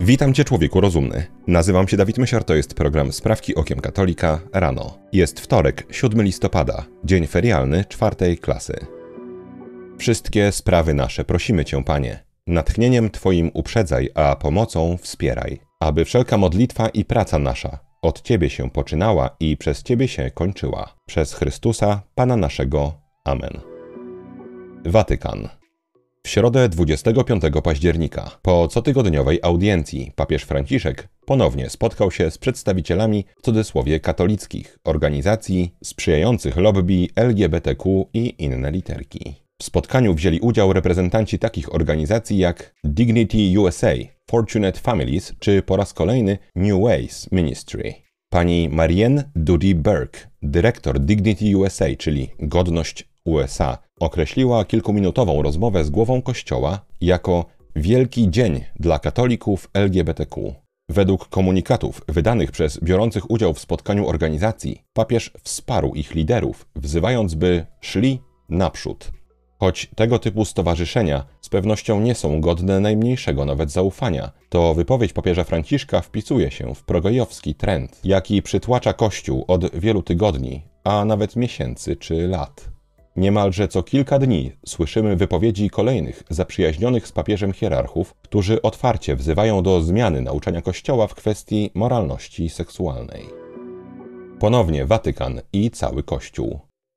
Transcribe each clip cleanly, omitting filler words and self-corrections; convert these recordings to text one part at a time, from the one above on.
Witam Cię, człowieku rozumny. Nazywam się Dawid Mysior, to jest program Sprawki Okiem Katolika rano. Jest wtorek, 7 listopada, dzień ferialny 4. klasy. Wszystkie sprawy nasze prosimy Cię, Panie. Natchnieniem Twoim uprzedzaj, a pomocą wspieraj. Aby wszelka modlitwa i praca nasza od Ciebie się poczynała i przez Ciebie się kończyła. Przez Chrystusa, Pana naszego. Amen. Watykan. W środę 25 października, po cotygodniowej audiencji, papież Franciszek ponownie spotkał się z przedstawicielami, w cudzysłowie katolickich, organizacji sprzyjających lobby LGBTQ i inne literki. W spotkaniu wzięli udział reprezentanci takich organizacji jak Dignity USA, Fortunate Families czy po raz kolejny New Ways Ministry. Pani Marianne Doody Burke, dyrektor Dignity USA, czyli Godność USA, określiła kilkuminutową rozmowę z głową Kościoła jako wielki dzień dla katolików LGBTQ. Według komunikatów wydanych przez biorących udział w spotkaniu organizacji, papież wsparł ich liderów, wzywając, by szli naprzód. Choć tego typu stowarzyszenia z pewnością nie są godne najmniejszego nawet zaufania, to wypowiedź papieża Franciszka wpisuje się w progojowski trend, jaki przytłacza Kościół od wielu tygodni, a nawet miesięcy czy lat. Niemalże co kilka dni słyszymy wypowiedzi kolejnych zaprzyjaźnionych z papieżem hierarchów, którzy otwarcie wzywają do zmiany nauczania Kościoła w kwestii moralności seksualnej. Ponownie Watykan i cały Kościół.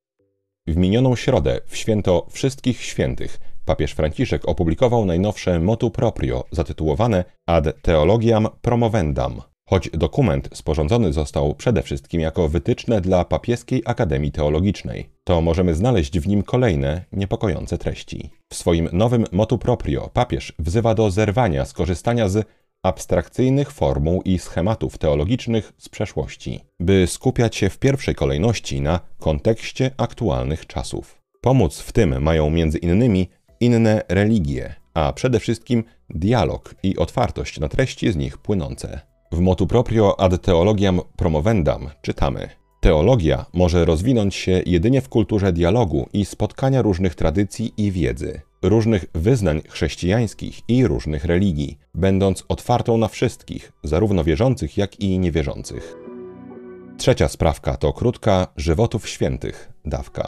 W minioną środę, w święto Wszystkich Świętych, papież Franciszek opublikował najnowsze motu proprio zatytułowane Ad Theologiam Promovendam. Choć dokument sporządzony został przede wszystkim jako wytyczne dla Papieskiej Akademii Teologicznej, to możemy znaleźć w nim kolejne niepokojące treści. W swoim nowym motu proprio papież wzywa do zerwania z korzystania z abstrakcyjnych formuł i schematów teologicznych z przeszłości, by skupiać się w pierwszej kolejności na kontekście aktualnych czasów. Pomóc w tym mają między innymi inne religie, a przede wszystkim dialog i otwartość na treści z nich płynące. W motu proprio Ad Theologiam Promovendam czytamy: teologia może rozwinąć się jedynie w kulturze dialogu i spotkania różnych tradycji i wiedzy, różnych wyznań chrześcijańskich i różnych religii, będąc otwartą na wszystkich, zarówno wierzących, jak i niewierzących. Trzecia sprawka to krótka żywotów świętych dawka.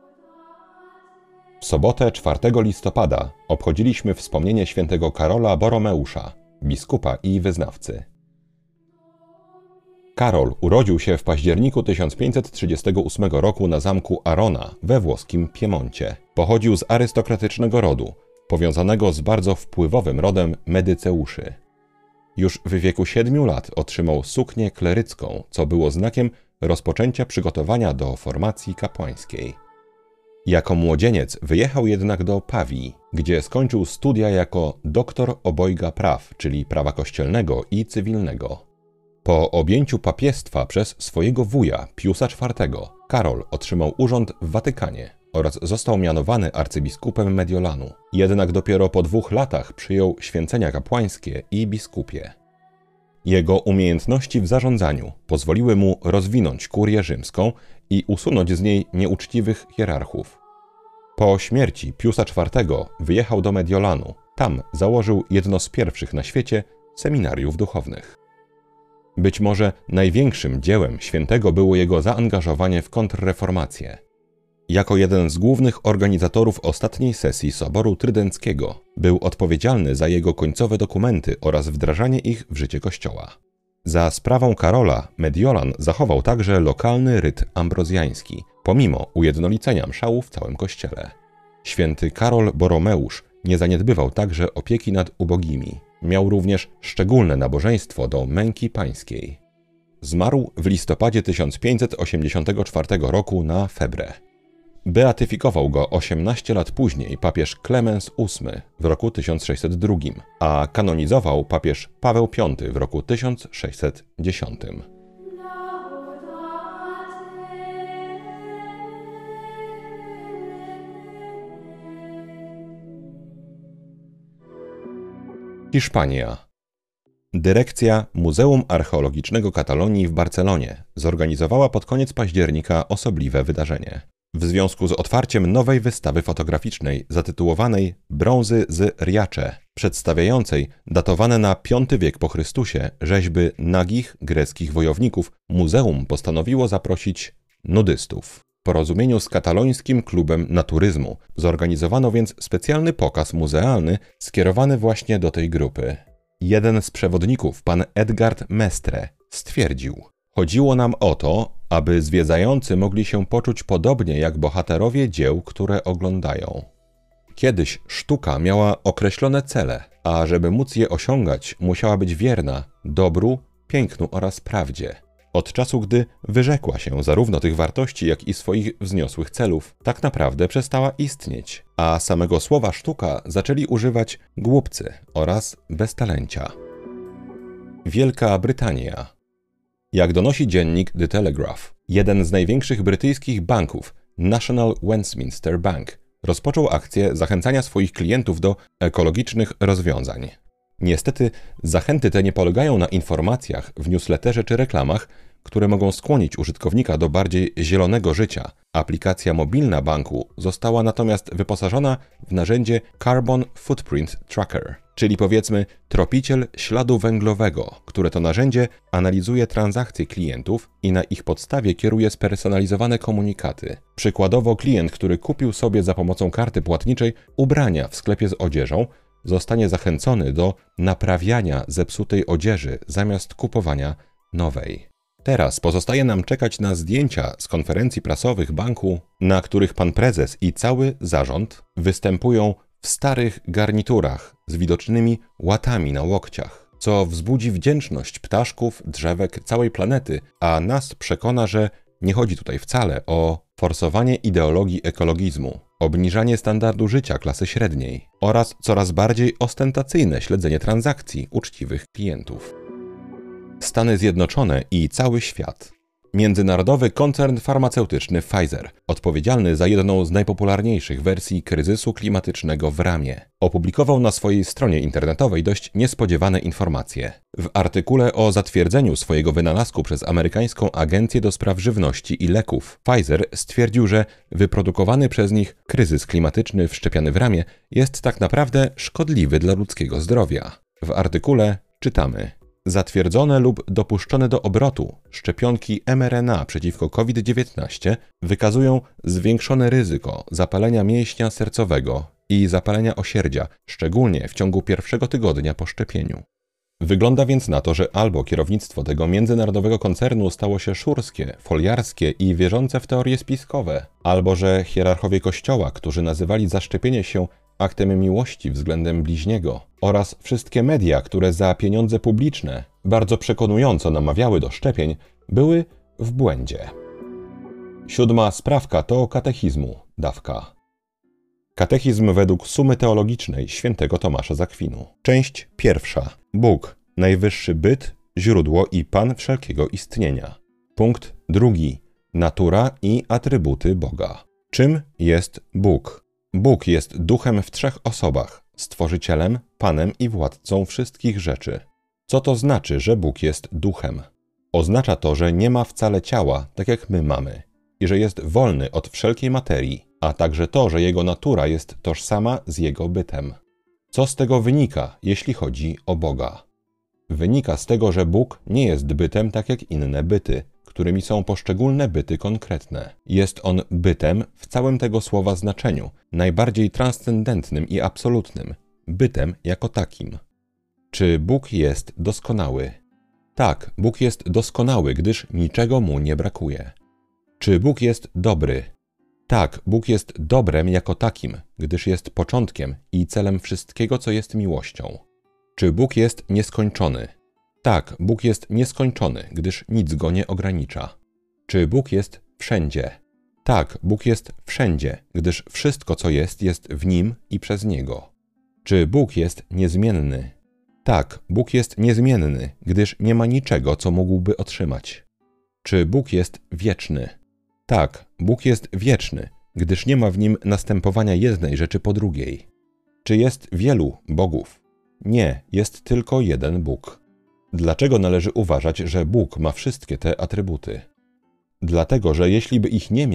W sobotę 4 listopada obchodziliśmy wspomnienie świętego Karola Boromeusza, biskupa i wyznawcy. Karol urodził się w październiku 1538 roku na zamku Arona we włoskim Piemoncie. Pochodził z arystokratycznego rodu, powiązanego z bardzo wpływowym rodem Medyceuszy. Już w wieku 7 lat otrzymał suknię klerycką, co było znakiem rozpoczęcia przygotowania do formacji kapłańskiej. Jako młodzieniec wyjechał jednak do Pawii, gdzie skończył studia jako doktor obojga praw, czyli prawa kościelnego i cywilnego. Po objęciu papiestwa przez swojego wuja, Piusa IV, Karol otrzymał urząd w Watykanie oraz został mianowany arcybiskupem Mediolanu. Jednak dopiero po 2 latach przyjął święcenia kapłańskie i biskupie. Jego umiejętności w zarządzaniu pozwoliły mu rozwinąć kurię rzymską i usunąć z niej nieuczciwych hierarchów. Po śmierci Piusa IV wyjechał do Mediolanu. Tam założył jedno z pierwszych na świecie seminariów duchownych. Być może największym dziełem świętego było jego zaangażowanie w kontrreformację. Jako jeden z głównych organizatorów ostatniej sesji Soboru Trydenckiego był odpowiedzialny za jego końcowe dokumenty oraz wdrażanie ich w życie Kościoła. Za sprawą Karola Mediolan zachował także lokalny ryt ambrozjański, pomimo ujednolicenia mszału w całym Kościele. Święty Karol Boromeusz nie zaniedbywał także opieki nad ubogimi. Miał również szczególne nabożeństwo do męki pańskiej. Zmarł w listopadzie 1584 roku na febrę. Beatyfikował go 18 lat później papież Klemens VIII w roku 1602, a kanonizował papież Paweł V w roku 1610. Hiszpania. Dyrekcja Muzeum Archeologicznego Katalonii w Barcelonie zorganizowała pod koniec października osobliwe wydarzenie. w związku z otwarciem nowej wystawy fotograficznej zatytułowanej Brązy z Riacze, przedstawiającej datowane na V wiek po Chrystusie rzeźby nagich greckich wojowników, muzeum postanowiło zaprosić nudystów. W porozumieniu z katalońskim klubem naturyzmu zorganizowano więc specjalny pokaz muzealny skierowany właśnie do tej grupy. Jeden z przewodników, pan Edgard Mestre, stwierdził: chodziło nam o to, aby zwiedzający mogli się poczuć podobnie jak bohaterowie dzieł, które oglądają. Kiedyś sztuka miała określone cele, a żeby móc je osiągać, musiała być wierna dobru, pięknu oraz prawdzie. Od czasu, gdy wyrzekła się zarówno tych wartości, jak i swoich wzniosłych celów, tak naprawdę przestała istnieć, a samego słowa sztuka zaczęli używać głupcy oraz beztalencia. Wielka Brytania. Jak donosi dziennik The Telegraph, jeden z największych brytyjskich banków, National Westminster Bank, rozpoczął akcję zachęcania swoich klientów do ekologicznych rozwiązań. Niestety, zachęty te nie polegają na informacjach w newsletterze czy reklamach, które mogą skłonić użytkownika do bardziej zielonego życia. Aplikacja mobilna banku została natomiast wyposażona w narzędzie Carbon Footprint Tracker, czyli powiedzmy tropiciel śladu węglowego, które to narzędzie analizuje transakcje klientów i na ich podstawie kieruje spersonalizowane komunikaty. Przykładowo klient, który kupił sobie za pomocą karty płatniczej ubrania w sklepie z odzieżą, zostanie zachęcony do naprawiania zepsutej odzieży zamiast kupowania nowej. Teraz pozostaje nam czekać na zdjęcia z konferencji prasowych banku, na których pan prezes i cały zarząd występują w starych garniturach z widocznymi łatami na łokciach, co wzbudzi wdzięczność ptaszków, drzewek, całej planety, a nas przekona, że nie chodzi tutaj wcale o forsowanie ideologii ekologizmu, obniżanie standardu życia klasy średniej oraz coraz bardziej ostentacyjne śledzenie transakcji uczciwych klientów. Stany Zjednoczone i cały świat. Międzynarodowy koncern farmaceutyczny Pfizer, odpowiedzialny za jedną z najpopularniejszych wersji kryzysu klimatycznego w ramie, opublikował na swojej stronie internetowej dość niespodziewane informacje. W artykule o zatwierdzeniu swojego wynalazku przez amerykańską Agencję do Spraw Żywności i Leków, Pfizer stwierdził, że wyprodukowany przez nich kryzys klimatyczny wszczepiany w ramię jest tak naprawdę szkodliwy dla ludzkiego zdrowia. W artykule czytamy: zatwierdzone lub dopuszczone do obrotu szczepionki mRNA przeciwko COVID-19 wykazują zwiększone ryzyko zapalenia mięśnia sercowego i zapalenia osierdzia, szczególnie w ciągu pierwszego tygodnia po szczepieniu. Wygląda więc na to, że albo kierownictwo tego międzynarodowego koncernu stało się szurskie, foliarskie i wierzące w teorie spiskowe, albo że hierarchowie Kościoła, którzy nazywali zaszczepienie się aktem miłości względem bliźniego, oraz wszystkie media, które za pieniądze publiczne bardzo przekonująco namawiały do szczepień, były w błędzie. 7. sprawka to katechizmu, dawka. Katechizm według sumy teologicznej świętego Tomasza z Akwinu. Część 1. Bóg, najwyższy byt, źródło i Pan wszelkiego istnienia. Punkt 2. Natura i atrybuty Boga. Czym jest Bóg? Bóg jest duchem w trzech osobach, stworzycielem, Panem i władcą wszystkich rzeczy. Co to znaczy, że Bóg jest duchem? Oznacza to, że nie ma wcale ciała, tak jak my mamy, i że jest wolny od wszelkiej materii, a także to, że jego natura jest tożsama z jego bytem. Co z tego wynika, jeśli chodzi o Boga? Wynika z tego, że Bóg nie jest bytem tak jak inne byty, którymi są poszczególne byty konkretne. Jest on bytem w całym tego słowa znaczeniu, najbardziej transcendentnym i absolutnym, bytem jako takim. Czy Bóg jest doskonały? Tak, Bóg jest doskonały, gdyż niczego mu nie brakuje. Czy Bóg jest dobry? Tak, Bóg jest dobrem jako takim, gdyż jest początkiem i celem wszystkiego, co jest miłością. Czy Bóg jest nieskończony? Tak, Bóg jest nieskończony, gdyż nic go nie ogranicza. Czy Bóg jest wszędzie? Tak, Bóg jest wszędzie, gdyż wszystko, co jest w Nim i przez Niego. Czy Bóg jest niezmienny? Tak, Bóg jest niezmienny, gdyż nie ma niczego, co mógłby otrzymać. Czy Bóg jest wieczny? Tak, Bóg jest wieczny, gdyż nie ma w Nim następowania jednej rzeczy po drugiej. Czy jest wielu bogów? Nie, jest tylko jeden Bóg. Dlaczego należy uważać, że Bóg ma wszystkie te atrybuty? Dlatego, że jeśli by ich nie miał,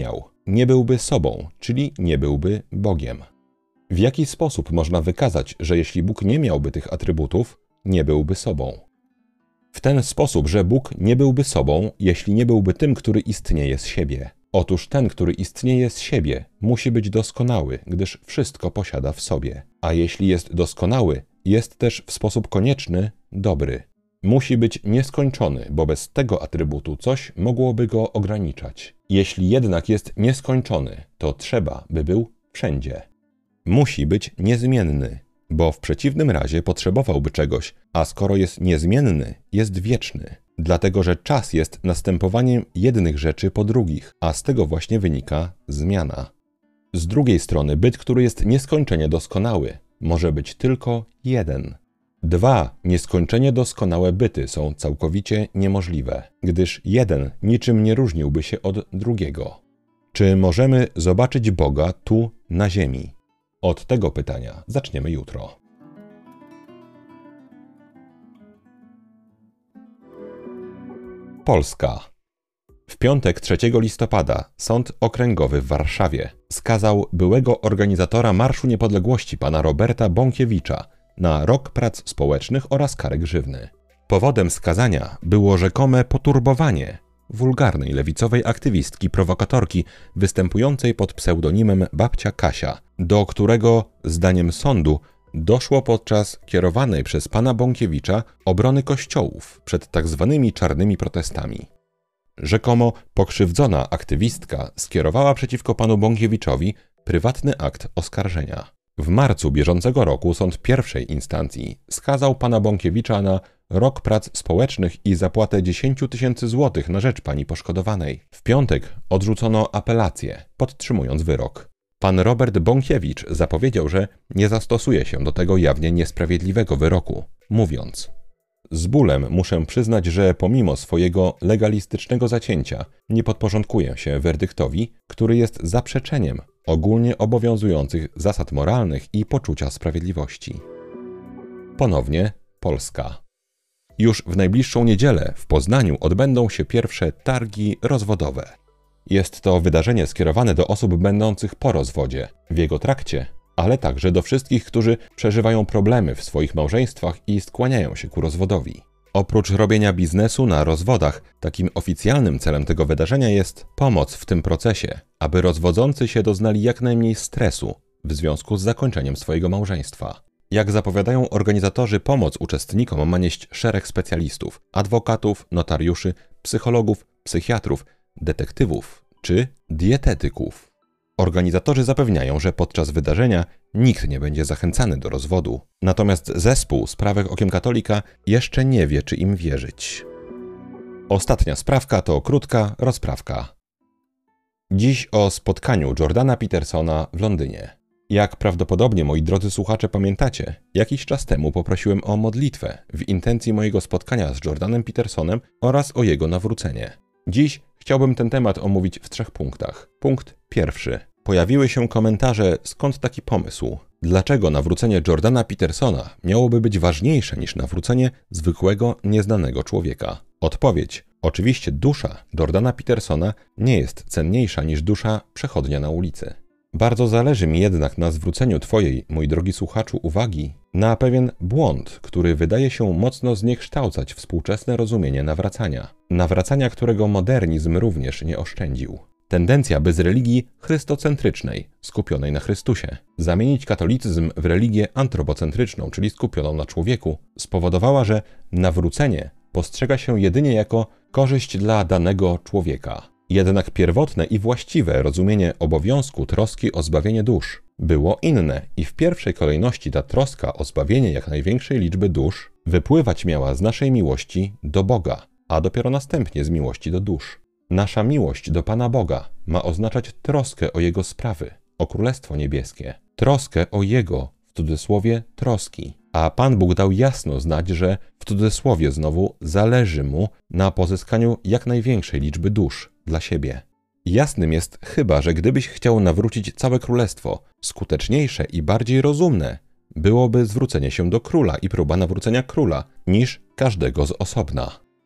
nie byłby sobą, czyli nie byłby Bogiem. W jaki sposób można wykazać, że jeśli Bóg nie miałby tych atrybutów, nie byłby sobą? W ten sposób, że Bóg nie byłby sobą, jeśli nie byłby tym, który istnieje z siebie. Otóż ten, który istnieje z siebie, musi być doskonały, gdyż wszystko posiada w sobie. A jeśli jest doskonały, jest też w sposób konieczny dobry. Musi być nieskończony, bo bez tego atrybutu coś mogłoby go ograniczać. Jeśli jednak jest nieskończony, to trzeba, by był wszędzie. Musi być niezmienny, bo w przeciwnym razie potrzebowałby czegoś, a skoro jest niezmienny, jest wieczny. Dlatego, że czas jest następowaniem jednych rzeczy po drugich, a z tego właśnie wynika zmiana. Z drugiej strony byt, który jest nieskończenie doskonały, może być tylko jeden. Dwa nieskończenie doskonałe byty są całkowicie niemożliwe, gdyż jeden niczym nie różniłby się od drugiego. Czy możemy zobaczyć Boga tu na ziemi? Od tego pytania zaczniemy jutro. Polska. W piątek 3 listopada Sąd Okręgowy w Warszawie skazał byłego organizatora Marszu Niepodległości pana Roberta Bąkiewicza na rok prac społecznych oraz karę grzywny. Powodem skazania było rzekome poturbowanie wulgarnej lewicowej aktywistki prowokatorki występującej pod pseudonimem Babcia Kasia, do którego, zdaniem sądu, doszło podczas kierowanej przez pana Bąkiewicza obrony kościołów przed tzw. czarnymi protestami. Rzekomo pokrzywdzona aktywistka skierowała przeciwko panu Bąkiewiczowi prywatny akt oskarżenia. W marcu bieżącego roku sąd pierwszej instancji skazał pana Bąkiewicza na rok prac społecznych i zapłatę 10 000 złotych na rzecz pani poszkodowanej. W piątek odrzucono apelację, podtrzymując wyrok. Pan Robert Bąkiewicz zapowiedział, że nie zastosuje się do tego jawnie niesprawiedliwego wyroku, mówiąc: z bólem muszę przyznać, że pomimo swojego legalistycznego zacięcia nie podporządkuję się werdyktowi, który jest zaprzeczeniem ogólnie obowiązujących zasad moralnych i poczucia sprawiedliwości. Ponownie Polska. Już w najbliższą niedzielę w Poznaniu odbędą się pierwsze targi rozwodowe. Jest to wydarzenie skierowane do osób będących po rozwodzie, w jego trakcie, ale także do wszystkich, którzy przeżywają problemy w swoich małżeństwach i skłaniają się ku rozwodowi. Oprócz robienia biznesu na rozwodach, takim oficjalnym celem tego wydarzenia jest pomoc w tym procesie, aby rozwodzący się doznali jak najmniej stresu w związku z zakończeniem swojego małżeństwa. Jak zapowiadają organizatorzy, pomoc uczestnikom ma nieść szereg specjalistów, adwokatów, notariuszy, psychologów, psychiatrów, detektywów czy dietetyków. Organizatorzy zapewniają, że podczas wydarzenia nikt nie będzie zachęcany do rozwodu. Natomiast zespół Sprawek Okiem Katolika jeszcze nie wie, czy im wierzyć. Ostatnia sprawka to krótka rozprawka. Dziś o spotkaniu Jordana Petersona w Londynie. Jak prawdopodobnie moi drodzy słuchacze pamiętacie, jakiś czas temu poprosiłem o modlitwę w intencji mojego spotkania z Jordanem Petersonem oraz o jego nawrócenie. Dziś chciałbym ten temat omówić w 3 punktach. Punkt pierwszy. Pojawiły się komentarze, skąd taki pomysł? Dlaczego nawrócenie Jordana Petersona miałoby być ważniejsze niż nawrócenie zwykłego, nieznanego człowieka? Odpowiedź. Oczywiście dusza Jordana Petersona nie jest cenniejsza niż dusza przechodnia na ulicy. Bardzo zależy mi jednak na zwróceniu Twojej, mój drogi słuchaczu, uwagi na pewien błąd, który wydaje się mocno zniekształcać współczesne rozumienie nawracania. Nawracania, którego modernizm również nie oszczędził. Tendencja, by z religii chrystocentrycznej, skupionej na Chrystusie, zamienić katolicyzm w religię antropocentryczną, czyli skupioną na człowieku, spowodowała, że nawrócenie postrzega się jedynie jako korzyść dla danego człowieka. Jednak pierwotne i właściwe rozumienie obowiązku troski o zbawienie dusz było inne i w pierwszej kolejności ta troska o zbawienie jak największej liczby dusz wypływać miała z naszej miłości do Boga, a dopiero następnie z miłości do dusz. Nasza miłość do Pana Boga ma oznaczać troskę o Jego sprawy, o Królestwo Niebieskie, troskę o Jego, w cudzysłowie, troski. A Pan Bóg dał jasno znać, że w cudzysłowie znowu zależy Mu na pozyskaniu jak największej liczby dusz dla siebie. Jasnym jest chyba, że gdybyś chciał nawrócić całe królestwo, skuteczniejsze i bardziej rozumne byłoby zwrócenie się do króla i próba nawrócenia króla, niż każdego z osobna.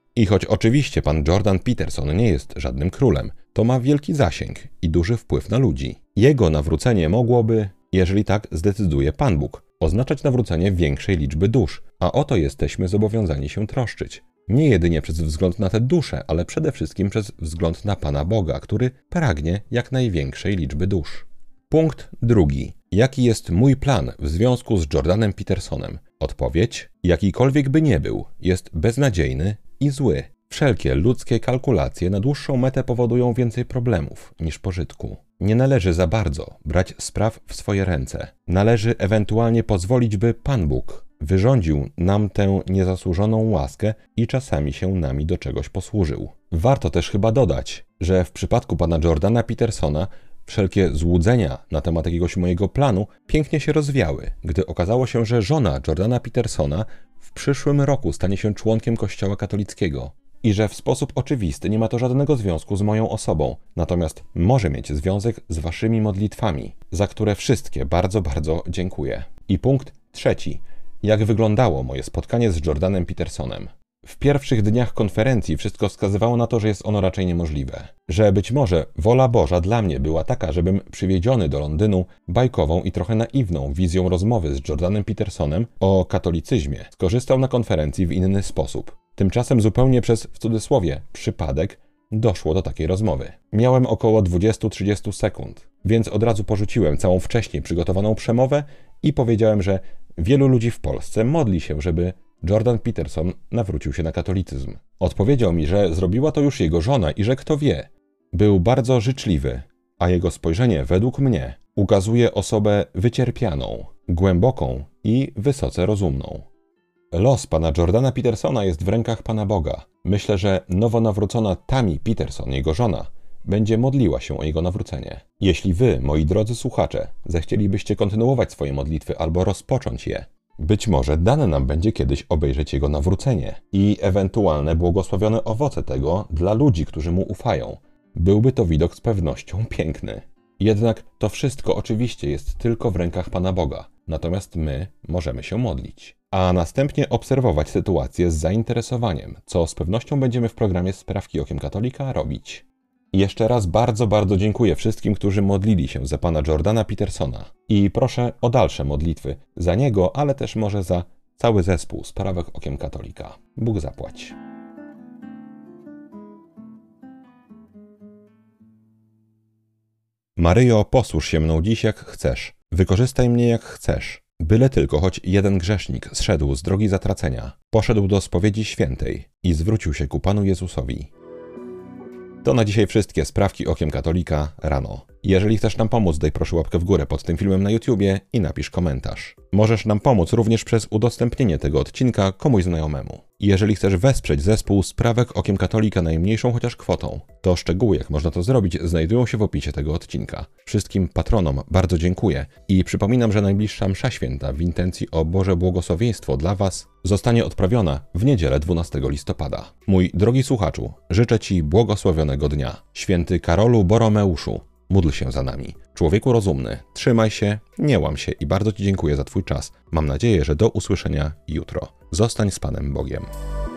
I choć oczywiście pan Jordan Peterson nie jest żadnym królem, to ma wielki zasięg i duży wpływ na ludzi. Jego nawrócenie mogłoby, jeżeli tak zdecyduje Pan Bóg, oznaczać nawrócenie większej liczby dusz, a o to jesteśmy zobowiązani się troszczyć. Nie jedynie przez wzgląd na te dusze, ale przede wszystkim przez wzgląd na Pana Boga, który pragnie jak największej liczby dusz. Punkt drugi. Jaki jest mój plan w związku z Jordanem Petersonem? Odpowiedź: jakikolwiek by nie był, jest beznadziejny i zły. Wszelkie ludzkie kalkulacje na dłuższą metę powodują więcej problemów niż pożytku. Nie należy za bardzo brać spraw w swoje ręce. Należy ewentualnie pozwolić, by Pan Bóg wyrządził nam tę niezasłużoną łaskę i czasami się nami do czegoś posłużył. Warto też chyba dodać, że w przypadku pana Jordana Petersona wszelkie złudzenia na temat jakiegoś mojego planu pięknie się rozwiały, gdy okazało się, że żona Jordana Petersona w przyszłym roku stanie się członkiem Kościoła katolickiego i że w sposób oczywisty nie ma to żadnego związku z moją osobą, natomiast może mieć związek z waszymi modlitwami, za które wszystkie bardzo, bardzo dziękuję. I punkt trzeci. Jak wyglądało moje spotkanie z Jordanem Petersonem? W pierwszych dniach konferencji wszystko wskazywało na to, że jest ono raczej niemożliwe. Że być może wola Boża dla mnie była taka, żebym przywiedziony do Londynu bajkową i trochę naiwną wizją rozmowy z Jordanem Petersonem o katolicyzmie skorzystał na konferencji w inny sposób. Tymczasem zupełnie przez, w cudzysłowie, przypadek doszło do takiej rozmowy. Miałem około 20-30 sekund, więc od razu porzuciłem całą wcześniej przygotowaną przemowę i powiedziałem, że wielu ludzi w Polsce modli się, żeby Jordan Peterson nawrócił się na katolicyzm. Odpowiedział mi, że zrobiła to już jego żona i że kto wie. Był bardzo życzliwy, a jego spojrzenie według mnie ukazuje osobę wycierpianą, głęboką i wysoce rozumną. Los pana Jordana Petersona jest w rękach Pana Boga. Myślę, że nowo nawrócona Tammy Peterson, jego żona, będzie modliła się o jego nawrócenie. Jeśli wy, moi drodzy słuchacze, zechcielibyście kontynuować swoje modlitwy albo rozpocząć je, być może dane nam będzie kiedyś obejrzeć jego nawrócenie i ewentualne błogosławione owoce tego dla ludzi, którzy mu ufają. Byłby to widok z pewnością piękny. Jednak to wszystko oczywiście jest tylko w rękach Pana Boga, natomiast my możemy się modlić, a następnie obserwować sytuację z zainteresowaniem, co z pewnością będziemy w programie Sprawki Okiem Katolika robić. Jeszcze raz bardzo, bardzo dziękuję wszystkim, którzy modlili się za pana Jordana Petersona i proszę o dalsze modlitwy za niego, ale też może za cały zespół Sprawek Okiem Katolika. Bóg zapłać. Maryjo, posłuż się mną dziś jak chcesz. Wykorzystaj mnie jak chcesz. Byle tylko choć jeden grzesznik zszedł z drogi zatracenia, poszedł do spowiedzi świętej i zwrócił się ku Panu Jezusowi. To na dzisiaj wszystkie Sprawki Okiem Katolika rano. Jeżeli chcesz nam pomóc, daj proszę łapkę w górę pod tym filmem na YouTubie i napisz komentarz. Możesz nam pomóc również przez udostępnienie tego odcinka komuś znajomemu. Jeżeli chcesz wesprzeć zespół Sprawek Okiem Katolika najmniejszą chociaż kwotą, to szczegóły, jak można to zrobić, znajdują się w opisie tego odcinka. Wszystkim patronom bardzo dziękuję i przypominam, że najbliższa msza święta w intencji o Boże błogosławieństwo dla Was zostanie odprawiona w niedzielę 12 listopada. Mój drogi słuchaczu, życzę Ci błogosławionego dnia. Święty Karolu Boromeuszu, módl się za nami. Człowieku rozumny, trzymaj się, nie łam się i bardzo Ci dziękuję za Twój czas. Mam nadzieję, że do usłyszenia jutro. Zostań z Panem Bogiem.